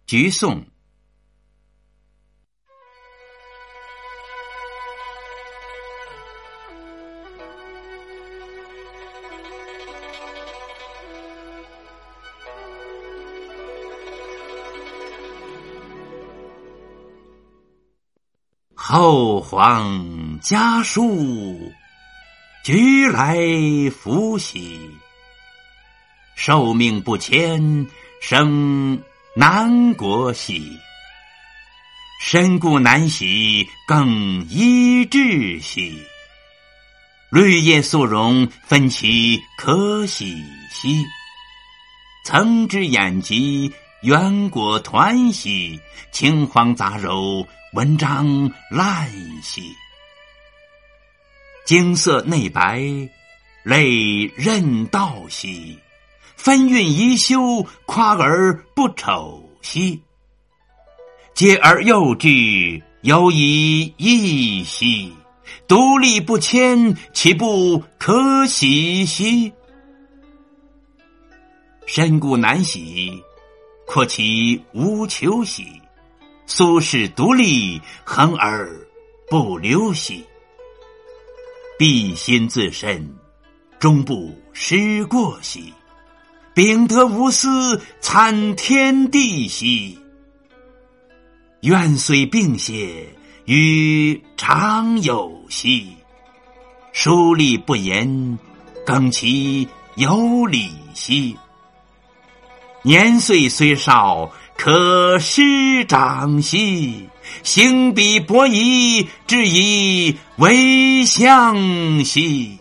橘颂。后皇家书，居来福喜。受命不迁，生南国喜。身故难喜，更依志喜。绿叶素容，分其可喜兮。曾之眼疾，元果团喜。青黄杂糅，文章烂兮。经色内白，泪任道兮。分韵宜修，夸而不丑兮。嗟而幼稚，犹以异兮。独立不迁，岂不可喜兮？身故难喜，括其无求喜。苏轼独立，恒而不留兮。必心自慎，终不失过兮。秉德无私，参天地兮。愿虽并谢，与常有兮。疏立不言，更其有礼兮。年岁虽少，可师长兮。行笔伯夷，至以为乡兮。